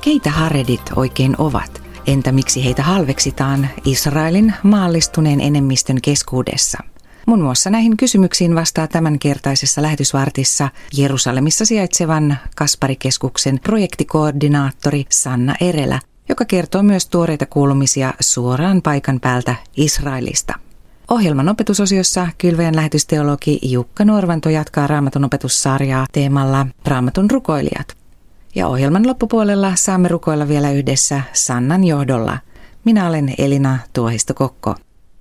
Keitä haredit oikein ovat? Entä miksi heitä halveksitaan Israelin maallistuneen enemmistön keskuudessa? Muun muassa näihin kysymyksiin vastaa tämänkertaisessa lähetysvartissa Jerusalemissa sijaitsevan Kaspari-keskuksen projektikoordinaattori Sanna Erelä, joka kertoo myös tuoreita kuulumisia suoraan paikan päältä Israelista. Ohjelman opetusosiossa Kylväjän lähetysteologi Jukka Norvanto jatkaa Raamatun opetussarjaa teemalla Raamatun rukoilijat. Ja ohjelman loppupuolella saamme rukoilla vielä yhdessä Sannan johdolla. Minä olen Elina Tuohisto-Kokko.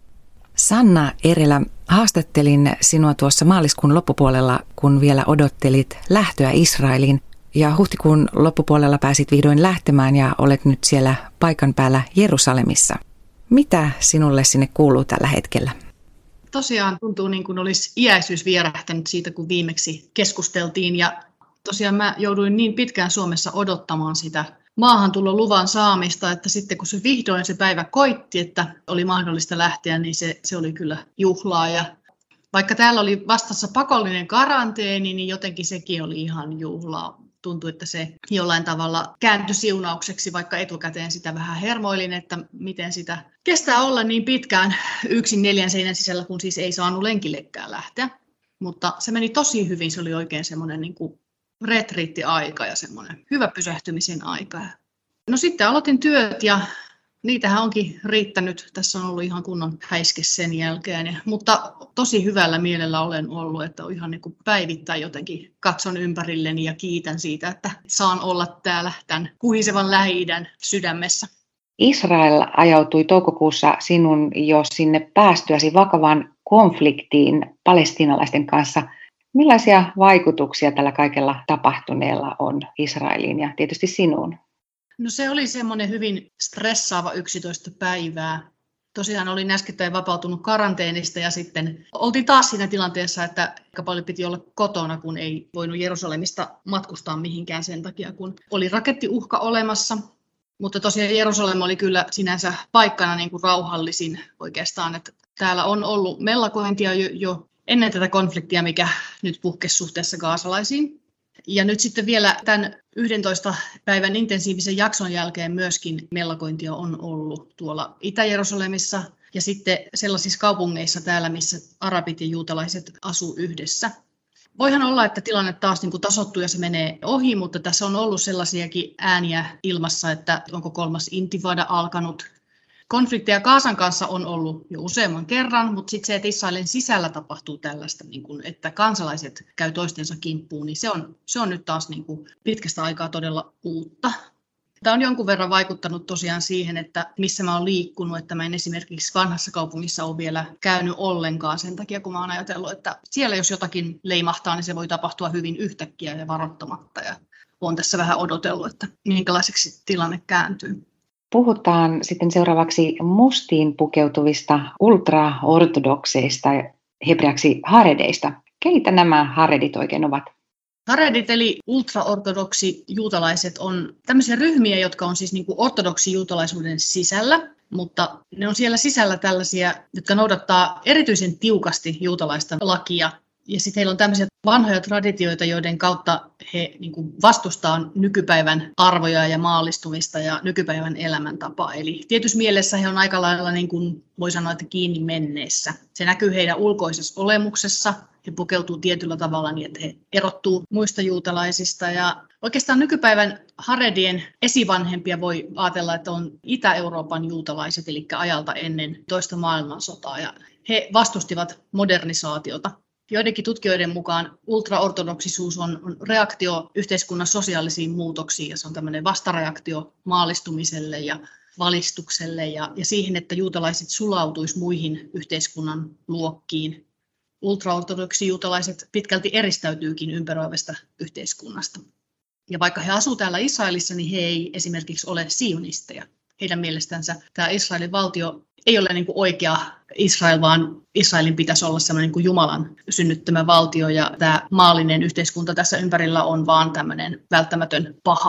Sanna Erelä, haastattelin sinua tuossa maaliskuun loppupuolella, kun vielä odottelit lähtöä Israeliin. Ja huhtikuun loppupuolella pääsit vihdoin lähtemään ja olet nyt siellä paikan päällä Jerusalemissa. Mitä sinulle sinne kuuluu tällä hetkellä? Tosiaan tuntuu niin kuin olisi iäisyys vierähtänyt siitä, kun viimeksi keskusteltiin. Ja tosiaan mä jouduin niin pitkään Suomessa odottamaan sitä maahantulon luvan saamista, että sitten kun se vihdoin se päivä koitti, että oli mahdollista lähteä, niin se oli kyllä juhlaa. Ja vaikka täällä oli vastassa pakollinen karanteeni, niin jotenkin sekin oli ihan juhlaa. Tuntui, että se jollain tavalla kääntyi siunaukseksi, vaikka etukäteen sitä vähän hermoilin, että miten sitä kestää olla niin pitkään yksin 4 seinän sisällä, kun siis ei saanut lenkillekään lähteä. Mutta se meni tosi hyvin, se oli oikein semmoinen niin kuin retriitti-aika ja semmoinen hyvä pysähtymisen aika. No sitten aloitin työt ja niitähän onkin riittänyt. Tässä on ollut ihan kunnon häiske sen jälkeen. Mutta tosi hyvällä mielellä olen ollut, että ihan niin kuin päivittäin jotenkin katson ympärilleni ja kiitän siitä, että saan olla täällä tämän kuhisevan Lähi-idän sydämessä. Israel ajautui toukokuussa sinun jo sinne päästyäsi vakavaan konfliktiin palestiinalaisten kanssa. Millaisia vaikutuksia tällä kaikella tapahtuneella on Israeliin ja tietysti sinuun? No se oli semmoinen hyvin stressaava 11 päivää. Tosiaan olin äskettäin vapautunut karanteenista ja sitten oltiin taas siinä tilanteessa, että aika paljon piti olla kotona, kun ei voinut Jerusalemista matkustaa mihinkään sen takia, kun oli rakettiuhka olemassa. Mutta tosiaan Jerusalem oli kyllä sinänsä paikkana niin kuin rauhallisin oikeastaan, että täällä on ollut mellakointia jo ennen tätä konfliktia, mikä nyt puhkesi suhteessa gazalaisiin. Ja nyt sitten vielä tämän 11 päivän intensiivisen jakson jälkeen myöskin mellakointia on ollut tuolla Itä-Jerusalemissa ja sitten sellaisissa kaupungeissa täällä, missä arabit ja juutalaiset asuu yhdessä. Voihan olla, että tilanne taas niin kuin tasoittuu ja se menee ohi, mutta tässä on ollut sellaisiakin ääniä ilmassa, että onko 3. intifada alkanut. Konflikteja Gazan kanssa on ollut jo useamman kerran, mutta sitten se, että Israelin sisällä tapahtuu tällaista, niin kun, että kansalaiset käy toistensa kimppuun, niin se on nyt taas niin kun pitkästä aikaa todella uutta. Tämä on jonkun verran vaikuttanut tosiaan siihen, että missä mä oon liikkunut, että mä en esimerkiksi vanhassa kaupungissa ole vielä käynyt ollenkaan sen takia, kun mä oon ajatellut, että siellä jos jotakin leimahtaa, niin se voi tapahtua hyvin yhtäkkiä ja varoittamatta. Ja oon tässä vähän odotellut, että minkälaiseksi tilanne kääntyy. Puhutaan sitten seuraavaksi mustiin pukeutuvista ultraortodokseista, hebreaksi haredeista. Keitä nämä haredit oikein ovat? Haredit eli ultraortodoksi juutalaiset on tämmöisiä ryhmiä, jotka on siis niin kuin ortodoksi juutalaisuuden sisällä, mutta ne on siellä sisällä tällaisia, jotka noudattaa erityisen tiukasti juutalaista lakia. Ja sitten heillä on tämmöisiä vanhoja traditioita, joiden kautta he niin kuin vastustaa nykypäivän arvoja ja maallistumista ja nykypäivän elämäntapaa. Eli tietyssä mielessä he on aika lailla, niin kuin voi sanoa, että kiinni menneessä. Se näkyy heidän ulkoisessa olemuksessa. He pukeutuu tietyllä tavalla niin, että he erottuu muista juutalaisista. Ja oikeastaan nykypäivän haredien esivanhempia voi ajatella, että on Itä-Euroopan juutalaiset, eli ajalta ennen toista maailmansotaa. Ja he vastustivat modernisaatiota. Joidenkin tutkijoiden mukaan ultraortodoksisuus on reaktio yhteiskunnan sosiaalisiin muutoksiin ja se on tämmöinen vastareaktio maallistumiselle ja valistukselle ja siihen, että juutalaiset sulautuisi muihin yhteiskunnan luokkiin. Ultraortodoksi juutalaiset pitkälti eristäytyykin ympäröivästä yhteiskunnasta. Ja vaikka he asuvat täällä Israelissa, niin he ei esimerkiksi ole sionisteja. Heidän mielestänsä tämä Israelin valtio ei ole niin kuin oikea Israel, vaan Israelin pitäisi olla sellainen niin kuin Jumalan synnyttämä valtio ja tämä maallinen yhteiskunta tässä ympärillä on vaan tämmöinen välttämätön paha.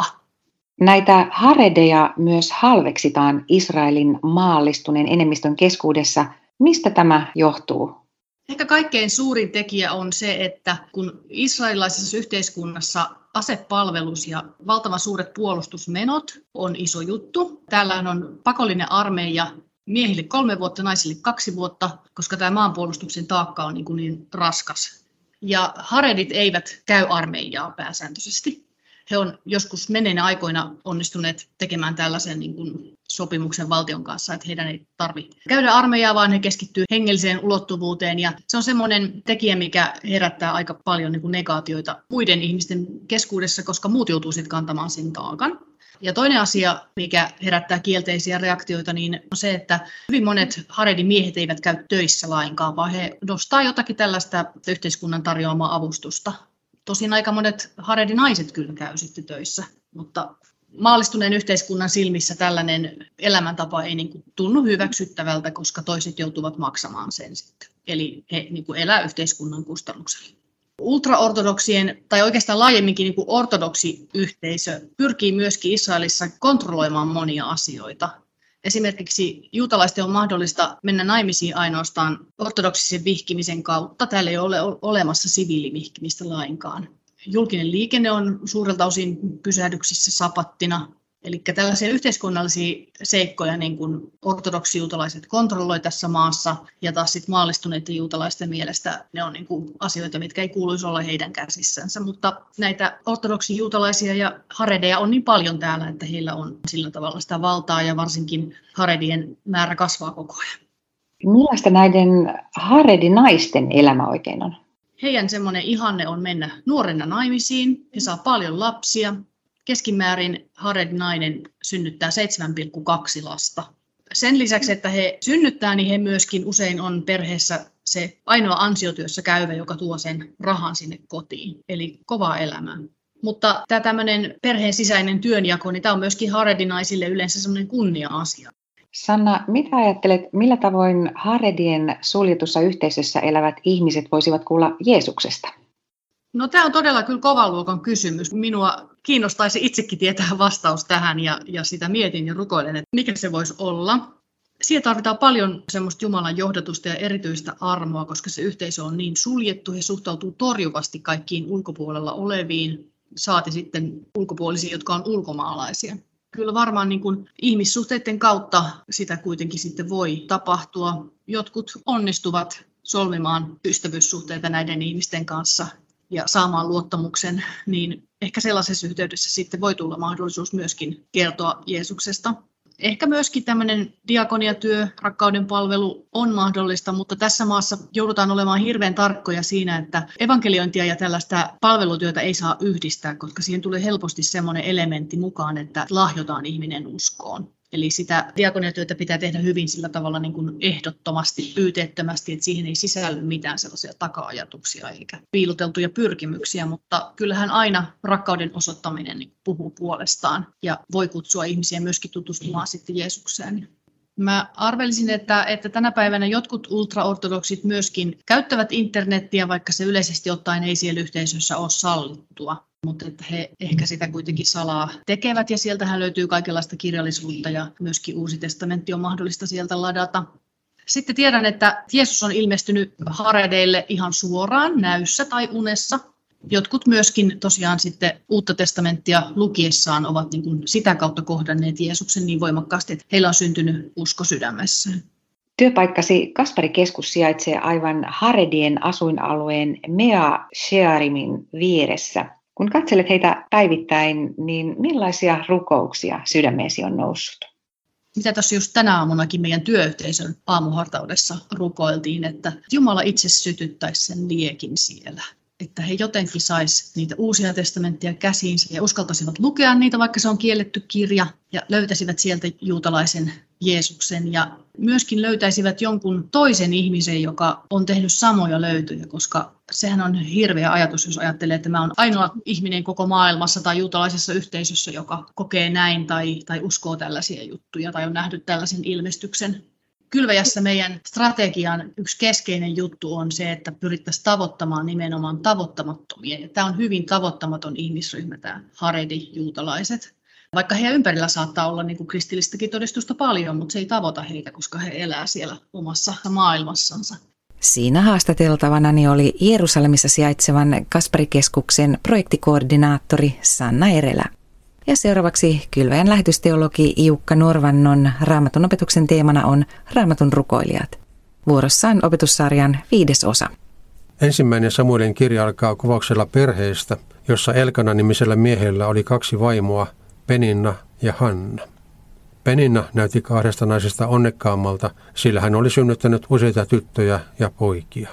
Näitä haredeja myös halveksitaan Israelin maallistuneen enemmistön keskuudessa. Mistä tämä johtuu? Ehkä kaikkein suurin tekijä on se, että kun israelilaisessa yhteiskunnassa asepalvelus ja valtavan suuret puolustusmenot on iso juttu. Täällähän on pakollinen armeija miehille 3 vuotta, naisille 2 vuotta, koska tämä maanpuolustuksen taakka on niin raskas. Ja haredit eivät käy armeijaa pääsääntöisesti. He on joskus menneinä aikoina onnistuneet tekemään tällaisen sopimuksen valtion kanssa, että heidän ei tarvitse käydä armeijaa, vaan he keskittyy hengelliseen ulottuvuuteen. Ja se on semmoinen tekijä, mikä herättää aika paljon negaatioita muiden ihmisten keskuudessa, koska muut joutuu sitten kantamaan sen taakan. Ja toinen asia, mikä herättää kielteisiä reaktioita, niin on se, että hyvin monet haredin miehet eivät käy töissä lainkaan, vaan he nostaa jotakin tällaista yhteiskunnan tarjoamaa avustusta. Tosin aika monet haredin naiset kyllä käy sitten töissä, mutta maallistuneen yhteiskunnan silmissä tällainen elämäntapa ei tunnu hyväksyttävältä, koska toiset joutuvat maksamaan sen sitten. Eli he elää yhteiskunnan kustannuksella. Ultraortodoksien, tai oikeastaan laajemminkin ortodoksi yhteisö pyrkii myöskin Israelissa kontrolloimaan monia asioita. Esimerkiksi juutalaisten on mahdollista mennä naimisiin ainoastaan ortodoksisen vihkimisen kautta. Täällä ei ole olemassa siviilivihkimistä lainkaan. Julkinen liikenne on suurelta osin pysähdyksissä sapattina. Eli tällaisia yhteiskunnallisia seikkoja niin kuin ortodoksijuutalaiset kontrolloi tässä maassa, ja taas sit maallistuneiden juutalaisten mielestä ne on niin kuin asioita, mitkä ei kuuluisi olla heidän käsissänsä. Mutta näitä ortodoksijuutalaisia ja haredeja on niin paljon täällä, että heillä on sillä tavalla sitä valtaa, ja varsinkin haredien määrä kasvaa koko ajan. Millaista näiden haredinaisten elämä oikein on? Heidän semmoinen ihanne on mennä nuorena naimisiin, he saa paljon lapsia. Keskimäärin haredinainen synnyttää 7,2 lasta. Sen lisäksi, että he synnyttää, niin he myöskin usein on perheessä se ainoa ansiotyössä käyvä, joka tuo sen rahan sinne kotiin. Eli kovaa elämää. Mutta tämä tämmöinen perheen sisäinen työnjako, niin tämä on myöskin haredinaisille yleensä semmoinen kunnia-asia. Sanna, mitä ajattelet, millä tavoin haredien suljetussa yhteisössä elävät ihmiset voisivat kuulla Jeesuksesta? No tämä on todella kyllä kovan luokan kysymys. Minua kiinnostaisi itsekin tietää vastaus tähän ja sitä mietin ja rukoilen, että mikä se voisi olla. Siihen tarvitaan paljon semmoista Jumalan johdatusta ja erityistä armoa, koska se yhteisö on niin suljettu. He suhtautuu torjuvasti kaikkiin ulkopuolella oleviin, saati sitten ulkopuolisiin, jotka on ulkomaalaisia. Kyllä varmaan niin kuin ihmissuhteiden kautta sitä kuitenkin sitten voi tapahtua. Jotkut onnistuvat solmimaan ystävyyssuhteita näiden ihmisten kanssa ja saamaan luottamuksen, niin ehkä sellaisessa yhteydessä sitten voi tulla mahdollisuus myöskin kertoa Jeesuksesta. Ehkä myöskin tämmöinen diakoniatyö, rakkauden palvelu on mahdollista, mutta tässä maassa joudutaan olemaan hirveän tarkkoja siinä, että evankeliointia ja tällaista palvelutyötä ei saa yhdistää, koska siihen tulee helposti semmoinen elementti mukaan, että lahjotaan ihminen uskoon. Eli sitä diakoniatyötä pitää tehdä hyvin sillä tavalla niin kuin ehdottomasti, pyyteettömästi, että siihen ei sisälly mitään sellaisia taka-ajatuksia eikä piiloteltuja pyrkimyksiä, mutta kyllähän aina rakkauden osoittaminen niin puhuu puolestaan ja voi kutsua ihmisiä myöskin tutustumaan sitten Jeesukseen. Mä arvelisin, että tänä päivänä jotkut ultraortodoksit myöskin käyttävät internettiä, vaikka se yleisesti ottaen ei siellä yhteisössä ole sallittua. Mutta että he ehkä sitä kuitenkin salaa tekevät, ja sieltähän löytyy kaikenlaista kirjallisuutta, ja myöskin Uusi testamentti on mahdollista sieltä ladata. Sitten tiedän, että Jeesus on ilmestynyt haredeille ihan suoraan näyssä tai unessa. Jotkut myöskin tosiaan sitten Uutta testamenttia lukiessaan ovat niin kuin sitä kautta kohdanneet Jeesuksen niin voimakkaasti, että heillä on syntynyt usko sydämessään. Työpaikkasi Kaspari-keskus sijaitsee aivan haredien asuinalueen Mea Shearimin vieressä. Kun katselet heitä päivittäin, niin millaisia rukouksia sydämeesi on noussut? Mitä tuossa just tänä aamunakin meidän työyhteisön aamuhartaudessa rukoiltiin, että Jumala itse sytyttäisi sen liekin siellä. Että he jotenkin sais niitä Uusia testamenttia käsiinsä ja uskaltaisivat lukea niitä, vaikka se on kielletty kirja, ja löytäisivät sieltä juutalaisen Jeesuksen ja myöskin löytäisivät jonkun toisen ihmisen, joka on tehnyt samoja löytöjä, koska sehän on hirveä ajatus, jos ajattelee, että mä oon ainoa ihminen koko maailmassa tai juutalaisessa yhteisössä, joka kokee näin tai uskoo tällaisia juttuja tai on nähnyt tällaisen ilmestyksen. Kylväjässä meidän strategian yksi keskeinen juttu on se, että pyrittäisiin tavoittamaan nimenomaan tavoittamattomia. Ja tämä on hyvin tavoittamaton ihmisryhmä, tämä haredi-juutalaiset. Vaikka heidän ympärillä saattaa olla niin kuin kristillistäkin todistusta paljon, mutta se ei tavoita heitä, koska he elää siellä omassa maailmassansa. Siinä haastateltavanani oli Jerusalemissa sijaitsevan Kaspari-keskuksen projektikoordinaattori Sanna Erelä. Ja seuraavaksi Kylväjän lähetysteologi Jukka Norvannon Raamatun opetuksen teemana on Raamatun rukoilijat. Vuorossa on opetussarjan 5. osa. Ensimmäinen Samuelin kirja alkaa kuvauksella perheestä, jossa Elkana-nimisellä miehellä oli 2 vaimoa, Peninna ja Hanna. Peninna näytti 2 naisesta onnekkaammalta, sillä hän oli synnyttänyt useita tyttöjä ja poikia.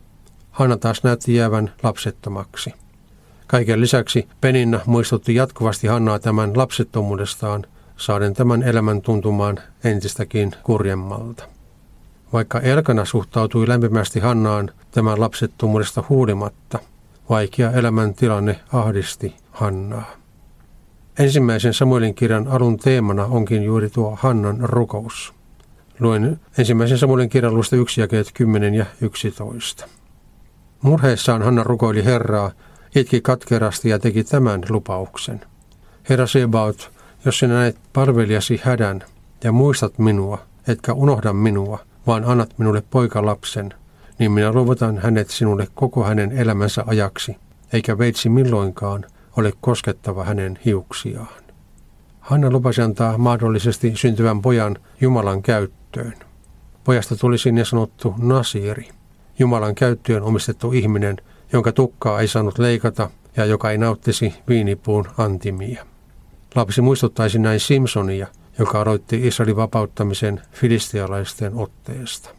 Hanna taas näytti jäävän lapsettomaksi. Kaiken lisäksi Peninna muistutti jatkuvasti Hannaa tämän lapsettomuudestaan, saaden tämän elämän tuntumaan entistäkin kurjemmalta. Vaikka Elkana suhtautui lämpimästi Hannaan tämän lapsettomuudesta huolimatta, vaikea elämäntilanne ahdisti Hannaa. Ensimmäisen Samuelin kirjan alun teemana onkin juuri tuo Hannan rukous. Luen ensimmäisen Samuelin kirjan luvusta 1 jakeet 10 ja 11. Murheessaan Hanna rukoili Herraa, itki katkerasti ja teki tämän lupauksen. Herra Sebaot, jos sinä näet palvelijasi hädän ja muistat minua, etkä unohda minua, vaan annat minulle poikalapsen, niin minä luovutan hänet sinulle koko hänen elämänsä ajaksi, eikä veitsi milloinkaan ole koskettava hänen hiuksiaan. Hanna lupasi antaa mahdollisesti syntyvän pojan Jumalan käyttöön. Pojasta tulisi niin sanottu nasiiri, Jumalan käyttöön omistettu ihminen, jonka tukkaa ei saanut leikata ja joka ei nauttisi viinipuun antimia. Lapsi muistuttaisi näin Simsonia, joka aloitti Israelin vapauttamisen filistialaisten otteesta.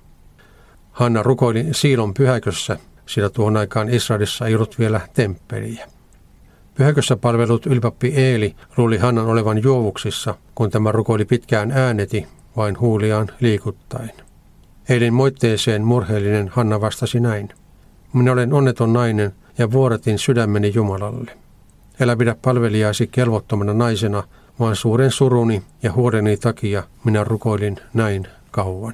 Hanna rukoili Siilon pyhäkössä, sillä tuohon aikaan Israelissa ei ollut vielä temppeliä. Pyhäkössä palvelut ylipappi Eeli luuli Hannan olevan juovuksissa, kun tämä rukoili pitkään ääneti, vain huuliaan liikuttaen. Eelin moitteeseen murheellinen Hanna vastasi näin. Minä olen onneton nainen ja vuodatin sydämeni Jumalalle. Älä pidä palvelijasi kelvottomana naisena, vaan suuren suruni ja huoleni takia minä rukoilin näin kauan.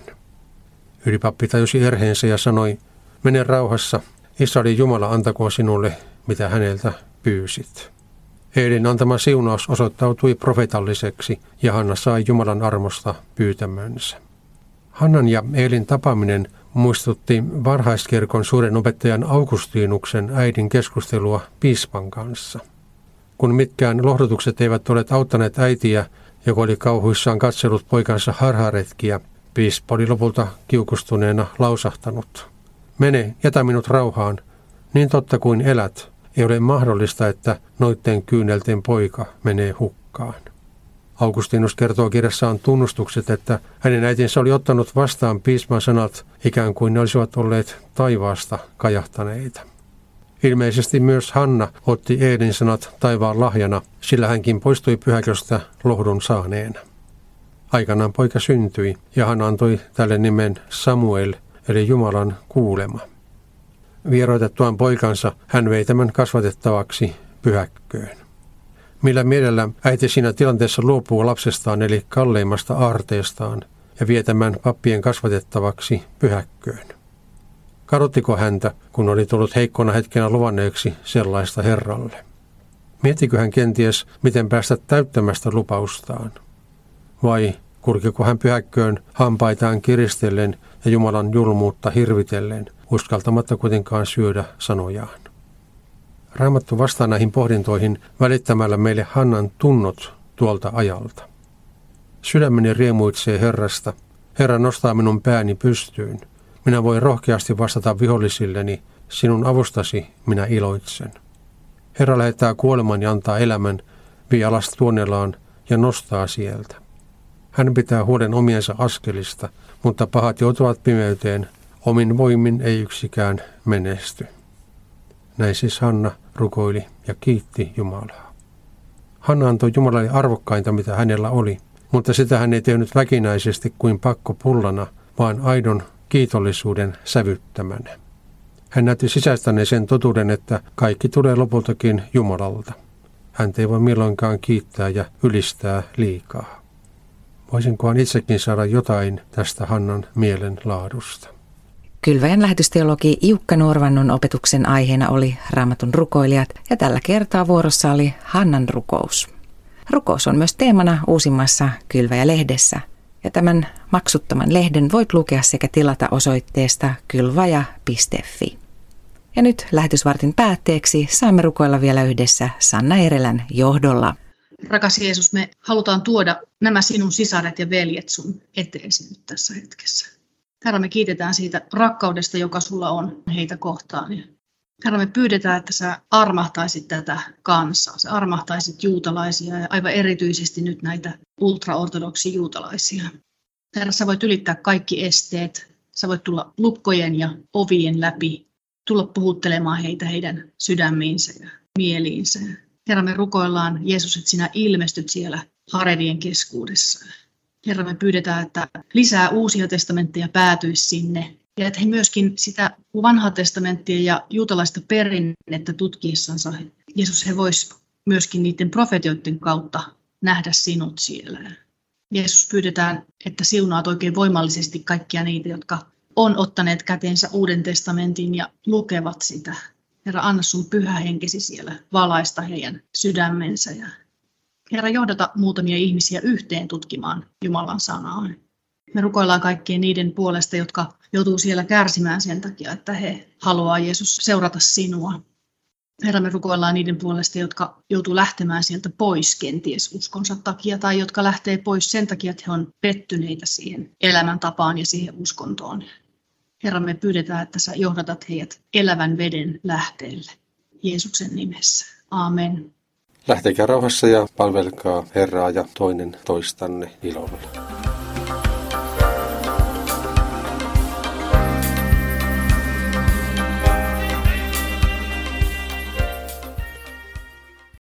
Ylipappi tajusi erheensä ja sanoi, mene rauhassa, Israelin Jumala antakoon sinulle, mitä häneltä pyysit. Eelin antama siunaus osoittautui profeetalliseksi ja Hanna sai Jumalan armosta pyytämönsä. Hannan ja Eelin tapaaminen muistutti varhaiskirkon suuren opettajan Augustinuksen äidin keskustelua piispan kanssa. Kun mitkään lohdutukset eivät ole auttaneet äitiä, joka oli kauhuissaan katsellut poikansa harharetkiä, piispa oli lopulta kiukustuneena lausahtanut. Mene, jätä minut rauhaan, niin totta kuin elät, ei ole mahdollista, että noitten kyynelten poika menee hukkaan. Augustinus kertoo kirjassaan tunnustukset, että hänen äitinsä oli ottanut vastaan piispan sanat ikään kuin ne olisivat olleet taivaasta kajahtaneita. Ilmeisesti myös Hanna otti Eelin sanat taivaan lahjana, sillä hänkin poistui pyhäköstä lohdun saaneena. Aikanaan poika syntyi ja Hanna antoi tälle nimen Samuel, eli Jumalan kuulema. Vieroitettuaan poikansa hän vei tämän kasvatettavaksi pyhäkköön. Millä mielellä äiti siinä tilanteessa luopuu lapsestaan eli kalleimmasta aarteestaan ja vie tämän pappien kasvatettavaksi pyhäkköön? Kadottiko häntä, kun oli tullut heikkona hetkenä luvanneeksi sellaista Herralle? Miettikö hän kenties, miten päästä täyttämästä lupaustaan? Vai kurkiko hän pyhäkköön hampaitaan kiristellen ja Jumalan julmuutta hirvitellen, uskaltamatta kuitenkaan syödä sanojaan? Raamattu vastaa näihin pohdintoihin välittämällä meille Hannan tunnot tuolta ajalta. Sydämeni riemuitsee Herrasta. Herra nostaa minun pääni pystyyn. Minä voin rohkeasti vastata vihollisilleni. Sinun avustasi minä iloitsen. Herra lähettää kuoleman ja antaa elämän, vie alas tuonellaan ja nostaa sieltä. Hän pitää huolen omiensa askelista, mutta pahat joutuvat pimeyteen. Omin voimin ei yksikään menesty. Näin siis Hanna rukoili ja kiitti Jumalaa. Hanna antoi Jumalalle arvokkainta, mitä hänellä oli, mutta sitä hän ei tehnyt väkinäisesti kuin pakkopullana, vaan aidon kiitollisuuden sävyttämänä. Hän näytti sisäistäneen sen totuuden, että kaikki tulee lopultakin Jumalalta. Häntä ei voi milloinkaan kiittää ja ylistää liikaa. Voisinkohan itsekin saada jotain tästä Hannan mielenlaadusta? Kylväjän lähetysteologi Jukka Norvannon opetuksen aiheena oli Raamatun rukoilijat ja tällä kertaa vuorossa oli Hannan rukous. Rukous on myös teemana uusimmassa Kylväjä-lehdessä. Ja tämän maksuttoman lehden voit lukea sekä tilata osoitteesta kylvaja.fi. Ja nyt lähetysvartin päätteeksi saamme rukoilla vielä yhdessä Sanna Erelän johdolla. Rakas Jeesus, me halutaan tuoda nämä sinun sisaret ja veljet sun eteesi nyt tässä hetkessä. Herra, me kiitetään siitä rakkaudesta, joka sulla on heitä kohtaan. Herra, me pyydetään, että sä armahtaisit tätä kansaa, sä armahtaisit juutalaisia ja aivan erityisesti nyt näitä ultraortodoksi juutalaisia. Herra, sä voit ylittää kaikki esteet, sä voit tulla lukkojen ja ovien läpi, tulla puhuttelemaan heitä heidän sydämiinsä ja mieliinsä. Herra, me rukoillaan, Jeesus, että sinä ilmestyt siellä haredien keskuudessa. Herra, me pyydetään, että lisää uusia testamentteja päätyisi sinne. Ja että he myöskin sitä vanhaa testamenttia ja juutalaista perinnettä tutkiessansa, Jeesus, he vois myöskin niiden profetioiden kautta nähdä sinut siellä. Jeesus, pyydetään, että siunaat oikein voimallisesti kaikkia niitä, jotka on ottaneet käteensä Uuden testamentin ja lukevat sitä. Herra, anna sun pyhä henkesi siellä valaista heidän sydämensä. Ja Herra, johdata muutamia ihmisiä yhteen tutkimaan Jumalan sanaa. Me rukoillaan kaikkien niiden puolesta, jotka joutuu siellä kärsimään sen takia, että he haluaa, Jeesus, seurata sinua. Herra, me rukoillaan niiden puolesta, jotka joutuu lähtemään sieltä pois kenties uskonsa takia, tai jotka lähtee pois sen takia, että he on pettyneitä siihen elämäntapaan ja siihen uskontoon. Herra, me pyydetään, että sä johdatat heidät elävän veden lähteelle. Jeesuksen nimessä. Aamen. Lähtekää rauhassa ja palvelkaa Herraa ja toinen toistanne ilolla.